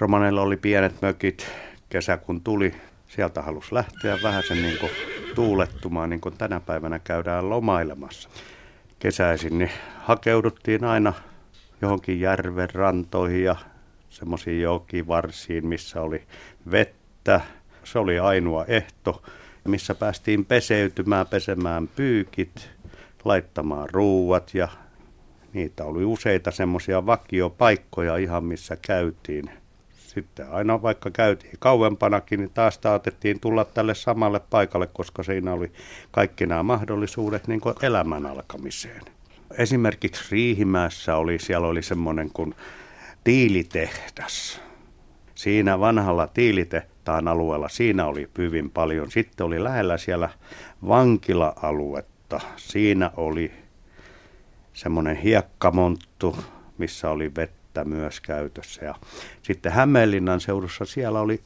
Romaneilla oli pienet mökit, kesä kun tuli, sieltä halusi lähteä vähän sen niin kuin tuulettumaan, niin kuin tänä päivänä käydään lomailemassa. Kesäisin niin hakeuduttiin aina johonkin järven rantoihin ja semmoisiin jokivarsiin, missä oli vettä. Se oli ainoa ehto, missä päästiin peseytymään, pesemään pyykit, laittamaan ruuat ja niitä oli useita semmoisia vakiopaikkoja ihan missä käytiin. Sitten aina vaikka käytiin kauempanakin, niin taas otettiin tulla tälle samalle paikalle, koska siinä oli kaikki nämä mahdollisuudet niin kuin elämän alkamiseen. Esimerkiksi Riihimäessä siellä oli semmoinen kuin tiilitehdas. Siinä vanhalla tiilitehtaan alueella, siinä oli hyvin paljon. Sitten oli lähellä siellä vankila-aluetta. Siinä oli semmoinen hiekkamonttu, missä oli vettä myös käytössä. Ja sitten Hämeenlinnan seudussa siellä oli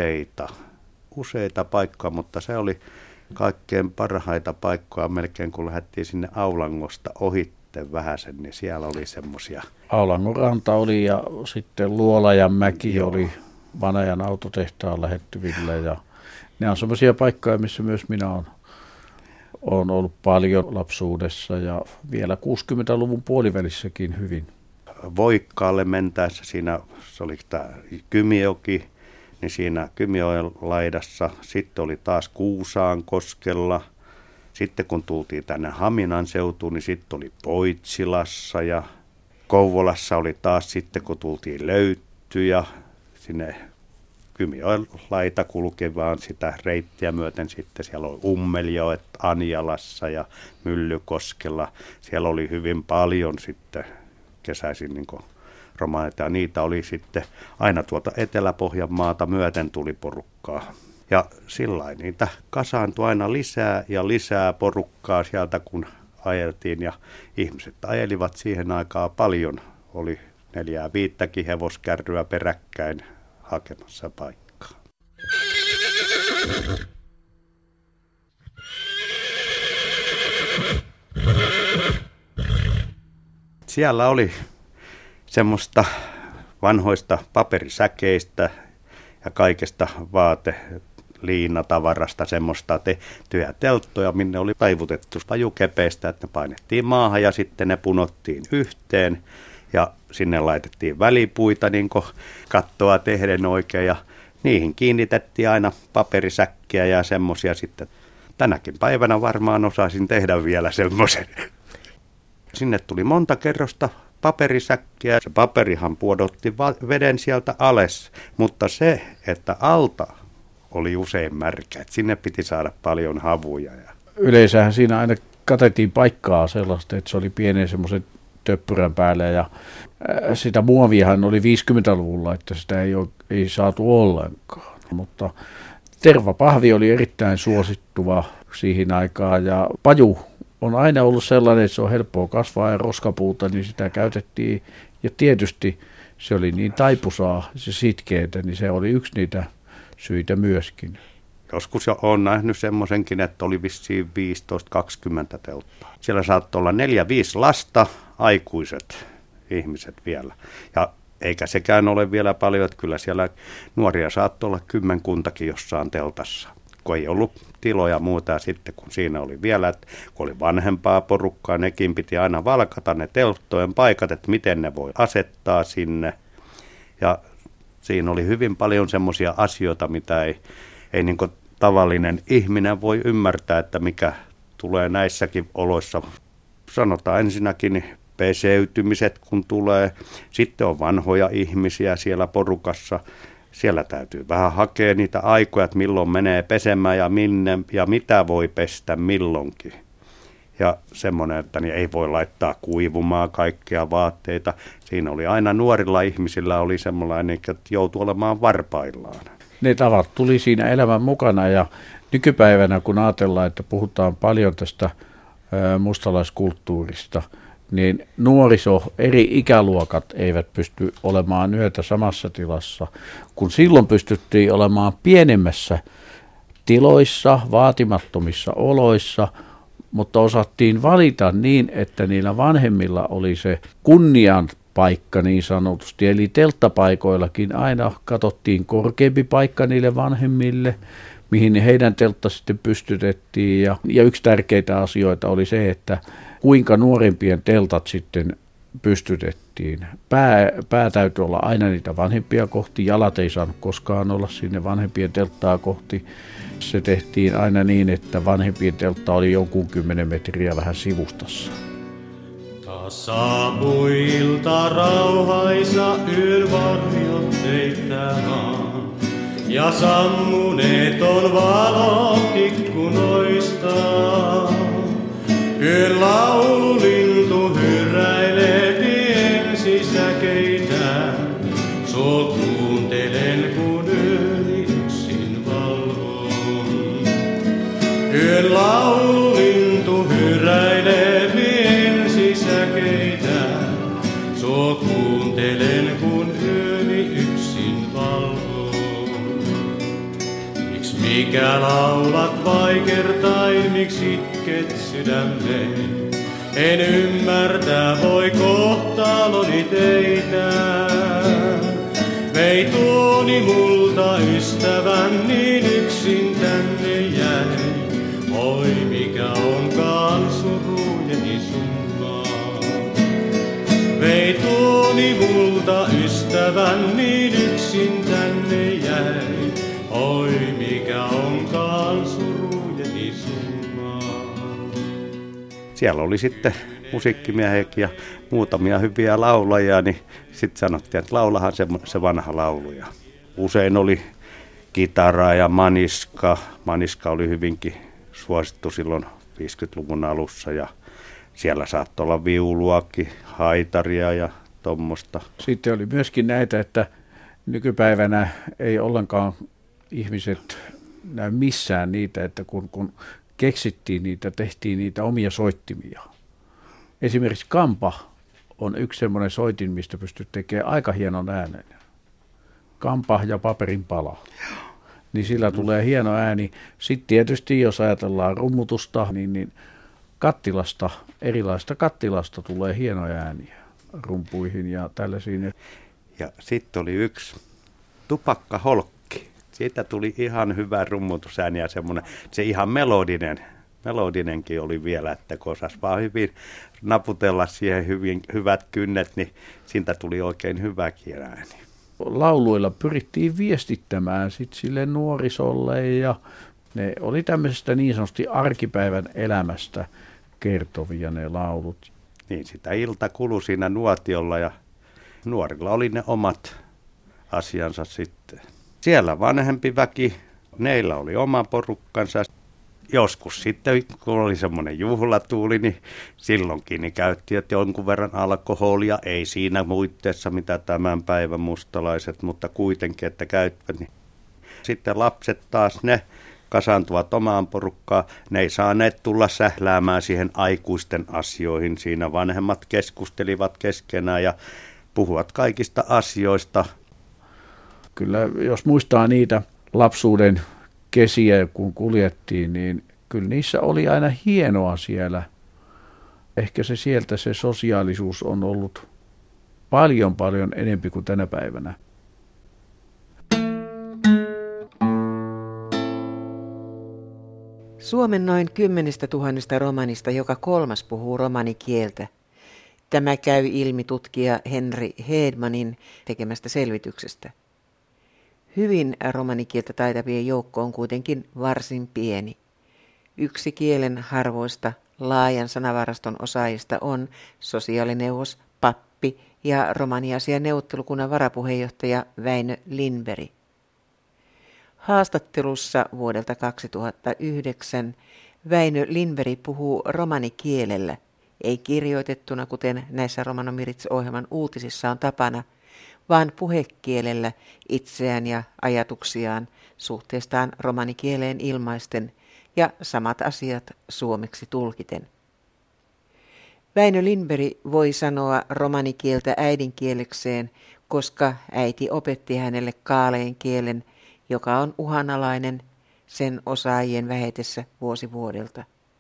useita paikkoja, mutta se oli kaikkein parhaita paikkoja melkein, kun lähdettiin sinne Aulangosta ohitte vähäsen, niin siellä oli semmoisia. Aulangon ranta oli ja sitten Luolajanmäki oli Vanajan autotehtaan lähettyvillä ja ne on semmoisia paikkoja, missä myös minä olen ollut paljon lapsuudessa ja vielä 60-luvun puolivälissäkin hyvin. Voikkaalle mentäessä siinä, se oli tämä Kymijoki, niin siinä Kymijoen laidassa, sitten oli taas Kuusaankoskella, sitten kun tultiin tänne Haminan seutuun, niin sitten oli Poitsilassa ja Kouvolassa oli taas sitten, kun tultiin Löyttyjä sinne Kymijoen laita kulki vaan sitä reittiä myöten sitten siellä oli Ummeljoet Anjalassa ja Myllykoskella. Siellä oli hyvin paljon sitten kesäisin niin romaneita ja niitä oli sitten aina tuolta Etelä-Pohjanmaata myöten tuli porukkaa. Ja sillä niitä kasaantui aina lisää ja lisää porukkaa sieltä kun ajeltiin ja ihmiset ajelivat siihen aikaan paljon. Oli 4-5 hevoskärryä peräkkäin hakemassa paikkaa. Siellä oli semmoista vanhoista paperisäkeistä ja kaikesta liinatavarasta semmoista tehtyjä telttoja, minne oli taivutettu pajukepeistä, että ne painettiin maahan ja sitten ne punottiin yhteen. Ja sinne laitettiin välipuita niin kattoa tehden oikein ja niihin kiinnitettiin aina paperisäkkiä ja semmoisia sitten. Tänäkin päivänä varmaan osaisin tehdä vielä semmoisen. Sinne tuli monta kerrosta paperisäkkiä. Se paperihan pudotti veden sieltä alas, mutta se, että alta oli usein märkä. Sinne piti saada paljon havuja. Yleensähän siinä aina katettiin paikkaa sellaista, että se oli pienen semmoisen töppyrän päällä ja sitä muoviahan oli 50-luvulla, että sitä ei saatu ollenkaan. Mutta tervapahvi oli erittäin suosittuva siihen aikaan ja paju on aina ollut sellainen, että se on helppoa kasvaa ja roskapuuta, niin sitä käytettiin ja tietysti se oli niin taipusaa, se sitkeetä, niin se oli yksi niitä syitä myöskin. Joskus jo olen nähnyt semmoisenkin, että oli vissiin 15-20 telttaa. Siellä saattoi olla 4-5 lasta, aikuiset ihmiset vielä. Ja eikä sekään ole vielä paljon, että kyllä siellä nuoria saattoi olla 10 jossain teltassa. Kun ei ollut tiloja muuta ja sitten kun siinä oli vielä, että kun oli vanhempaa porukkaa, nekin piti aina valkata ne telttojen paikat, että miten ne voi asettaa sinne. Ja siinä oli hyvin paljon semmoisia asioita, mitä ei niin kuin tavallinen ihminen voi ymmärtää, että mikä tulee näissäkin oloissa. Sanotaan ensinnäkin peseytymiset, kun tulee. Sitten on vanhoja ihmisiä siellä porukassa. Siellä täytyy vähän hakea niitä aikoja, että milloin menee pesemään ja minne ja mitä voi pestä milloinkin. Ja semmoinen, että niin ei voi laittaa kuivumaan kaikkia vaatteita. Siinä oli aina nuorilla ihmisillä oli semmoinen, että joutui olemaan varpaillaan. Ne tavat tuli siinä elämän mukana ja nykypäivänä kun ajatellaan, että puhutaan paljon tästä mustalaiskulttuurista, niin nuoriso, eri ikäluokat eivät pysty olemaan yötä samassa tilassa, kun silloin pystyttiin olemaan pienemmässä tiloissa, vaatimattomissa oloissa, mutta osattiin valita niin, että niillä vanhemmilla oli se kunnian paikka niin sanotusti. Eli telttapaikoillakin aina katsottiin korkeampi paikka niille vanhemmille, mihin heidän teltta sitten pystytettiin. Ja yksi tärkeitä asioita oli se, että kuinka nuorempien teltat sitten pystytettiin. Pää täytyy olla aina niitä vanhempia kohti, jalat ei saanut koskaan olla sinne vanhempien telttaa kohti. Se tehtiin aina niin, että vanhempien teltta oli jonkun 10 metriä vähän sivustassa. Taas saapui ilta rauhaisa, yön varjot peittämään. Ja sammuneet on valot ikkunoista. Yön laululintu hyräilee tien sisäkeitä. Sua kuuntelen, kun yöni yksin valvon. Yön laululintu hyräilee tien sisäkeitä. Sua kuuntelen, kun yöni yksin valvon. Mikä laulat vaikertain, miksi itket sydämeen? En ymmärtää voi kohtaloni teitä. Vei tuoni multa ystävän, niin yksin tänne jäi. Oi mikä onkaan surujeni summaa. Vei tuoni multa ystävän, niin yksin tänne jäi. Oi mikä onkaan surujeni summaa. Siellä oli sitten musiikkimiehet ja muutamia hyviä laulajia, niin sitten sanottiin, että laulahan se vanha laulu. Ja usein oli kitara ja maniska. Maniska oli hyvinkin suosittu silloin 50-luvun alussa ja siellä saattoi olla viuluakin, haitaria ja tuommoista. Sitten oli myöskin näitä, että nykypäivänä ei ollenkaan ihmiset näy missään niitä, että kun keksittiin niitä, tehtiin niitä omia soittimia. Esimerkiksi kampa on yksi semmoinen soitin, mistä pystyy tekemään aika hienon äänen. Kampa ja paperin pala. Niin sillä tulee hieno ääni. Sitten tietysti, jos ajatellaan rummutusta, niin kattilasta, erilaista kattilasta tulee hienoja ääniä rumpuihin ja tällaisiin. Ja sitten oli yksi tupakkaholkki. Siitä tuli ihan hyvä rummutusääni ja semmoinen, se ihan melodinenkin oli vielä, että kun osasi vaan hyvin naputella siihen hyvät kynnet, niin siitä tuli oikein hyväkin ääni. Lauluilla pyrittiin viestittämään sit sille nuorisolle ja ne oli tämmöisestä niin sanotusti arkipäivän elämästä kertovia ne laulut. Niin, sitä ilta kului siinä nuotiolla ja nuorilla oli ne omat asiansa sitten. Siellä vanhempi väki, neillä oli oma porukkansa. Joskus sitten, kun oli semmoinen juhlatuuli, niin silloinkin niin käyttiin jonkun verran alkoholia. Ei siinä muitteessa mitä tämän päivän mustalaiset, mutta kuitenkin, että käyttävät. Niin. Sitten lapset taas, ne kasaantuvat omaan porukkaan. Ne ei saaneet tulla sähläämään siihen aikuisten asioihin. Siinä vanhemmat keskustelivat keskenään ja puhuvat kaikista asioista. Kyllä, jos muistaa niitä lapsuuden kesiä, kun kuljettiin, niin kyllä niissä oli aina hienoa siellä. Ehkä se sieltä se sosiaalisuus on ollut paljon enempi kuin tänä päivänä. Suomen noin 10 000 romanista joka 3 puhuu romanikieltä. Tämä käy ilmi tutkija Henry Hedmanin tekemästä selvityksestä. Hyvin romanikieltä taitavien joukko on kuitenkin varsin pieni. Yksi kielen harvoista laajan sanavaraston osaajista on sosiaalineuvos, pappi ja romaniasian neuvottelukunnan varapuheenjohtaja Väinö Lindberg. Haastattelussa vuodelta 2009 Väinö Lindberg puhuu romanikielellä, ei kirjoitettuna kuten näissä Romanomiritz-ohjelman uutisissa on tapana, vaan puhekielellä itseään ja ajatuksiaan suhteestaan romanikieleen ilmaisten ja samat asiat suomeksi tulkiten. Väinö Lindberg voi sanoa romanikieltä äidinkielekseen, koska äiti opetti hänelle kaalein kielen, joka on uhanalainen sen osaajien vähetessä vuosi vuodelta.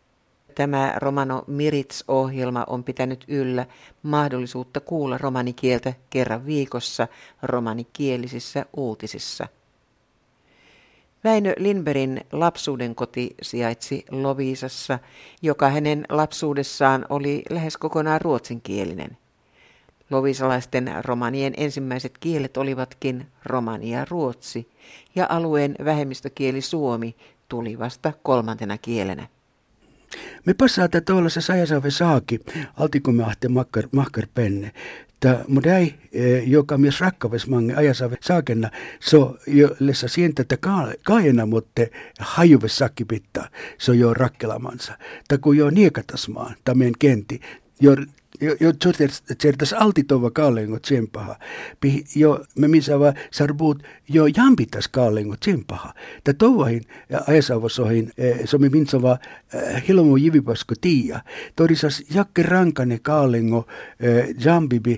Tämä Romano Mirits-ohjelma on pitänyt yllä mahdollisuutta kuulla romanikieltä kerran viikossa romanikielisissä uutisissa. Väinö Lindbergin lapsuuden koti sijaitsi Loviisassa, joka hänen lapsuudessaan oli lähes kokonaan ruotsinkielinen. Loviisalaisten romanien ensimmäiset kielet olivatkin romani ja ruotsi, ja alueen vähemmistökieli suomi tuli vasta kolmantena kielenä. Me passaata tuollaisessa Ajasaave saaki, altikumme ahte mahkar penne. Tämä modäi, joka myös rakkaves mange Ajasaave saakenna, so jo lessa sientä, että kaajena mutta hajuves sakki pitää, so jo rakkelamansa. Tai kun jo niekatasmaan, tämän kenti, jo certas altitova kaalengo tsempaha. Jo me misava sarbuut jo jampitas kaalengo tsempaha. Ta tovahin ajasavosohin somi minsava hilomo jivipasko tiia. Torisas jakke rankane kaalengo jambibi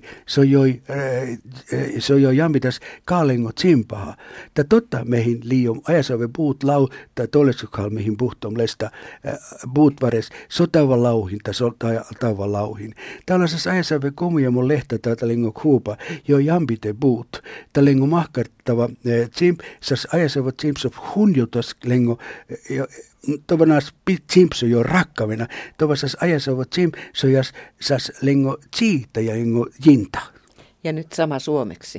so jo jampitas kaalengo tsempaha. Ta totta mehin liiom ajasave puut lau ta tolesukal mehin puhtom lesta puutvares sotava lauhin ta sotava lauhin. Tällaisessa ajassa komuja mun lehtä täältä lengo kuupa, jo jampite buut. Tällä lengo mahkartava sas ajassa voi tsimpsov hunjutas lengo, tovanas tsimpso jo rakkavena. Tovasas ajassa voi tsimpso sas lengo tsiita ja lengo jinta. Ja nyt sama suomeksi.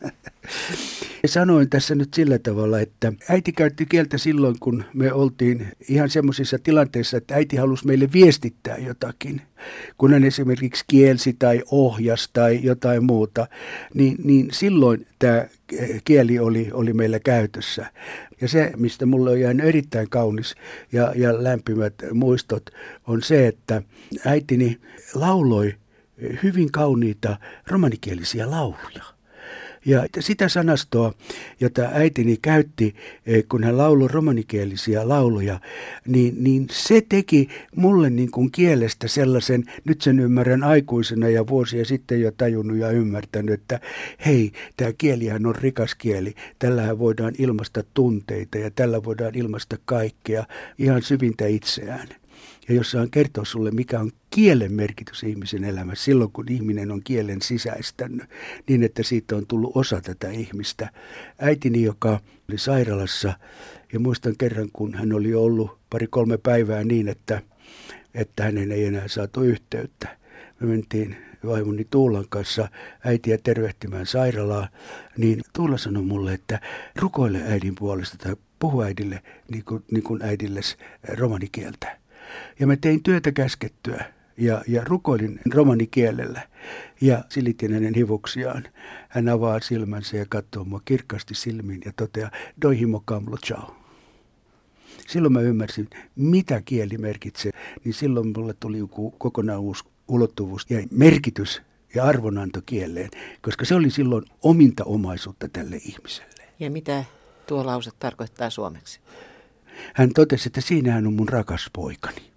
Sanoin tässä nyt sillä tavalla, että äiti käytti kieltä silloin, kun me oltiin ihan semmoisissa tilanteissa, että äiti halusi meille viestittää jotakin. Kun hän esimerkiksi kielsi tai ohjasi tai jotain muuta, niin silloin tämä kieli oli meillä käytössä. Ja se, mistä mulle on jäänyt erittäin kaunis ja lämpimät muistot, on se, että äitini lauloi hyvin kauniita romanikielisiä lauluja. Ja sitä sanastoa, jota äitini käytti, kun hän lauloi romanikielisiä lauluja, niin se teki mulle niin kuin kielestä sellaisen, nyt sen ymmärrän aikuisena ja vuosia sitten jo tajunnut ja ymmärtänyt, että hei, tämä kielihän on rikas kieli. Tällähän voidaan ilmaista tunteita ja tällä voidaan ilmaista kaikkea, ihan syvintä itseään. Ja jos saan kertoa sulle, mikä on kielen merkitys ihmisen elämässä silloin, kun ihminen on kielen sisäistänyt, niin että siitä on tullut osa tätä ihmistä. Äitini, joka oli sairaalassa, ja muistan kerran, kun hän oli ollut 2-3 päivää niin, että hänen ei enää saatu yhteyttä. Me mentiin vaimoni Tuulan kanssa äitiä tervehtimään sairaalaan, niin Tuula sanoi mulle, että rukoile äidin puolesta tai puhu äidille niin kuin äidilles romanikieltä. Ja mä tein työtä käskettyä ja rukoilin romanikielellä ja silitin hänen hivuksiaan. Hän avaa silmänsä ja katsoo mua kirkkaasti silmiin ja toteaa, doihimo kamlo ciao. Silloin mä ymmärsin, mitä kieli merkitsee, niin silloin mulle tuli joku kokonaan uusi ulottuvuus ja merkitys ja arvonanto kieleen, koska se oli silloin ominta omaisuutta tälle ihmiselle. Ja mitä tuo lause tarkoittaa suomeksi? Hän totesi, että siinähän on mun rakas poikani.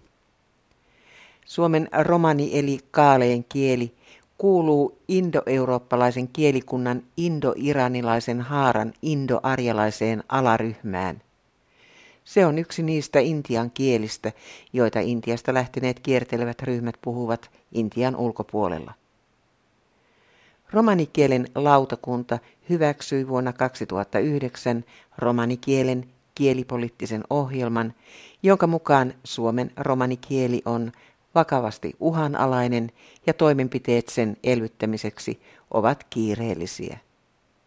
Suomen romani eli kaaleen kieli kuuluu indoeurooppalaisen kielikunnan indo-iranilaisen haaran indo-arjalaiseen alaryhmään. Se on yksi niistä intian kielistä, joita Intiasta lähteneet kiertelevät ryhmät puhuvat Intian ulkopuolella. Romanikielen lautakunta hyväksyi vuonna 2009 romanikielen kielipoliittisen ohjelman, jonka mukaan Suomen romanikieli on vakavasti uhanalainen ja toimenpiteet sen elvyttämiseksi ovat kiireellisiä.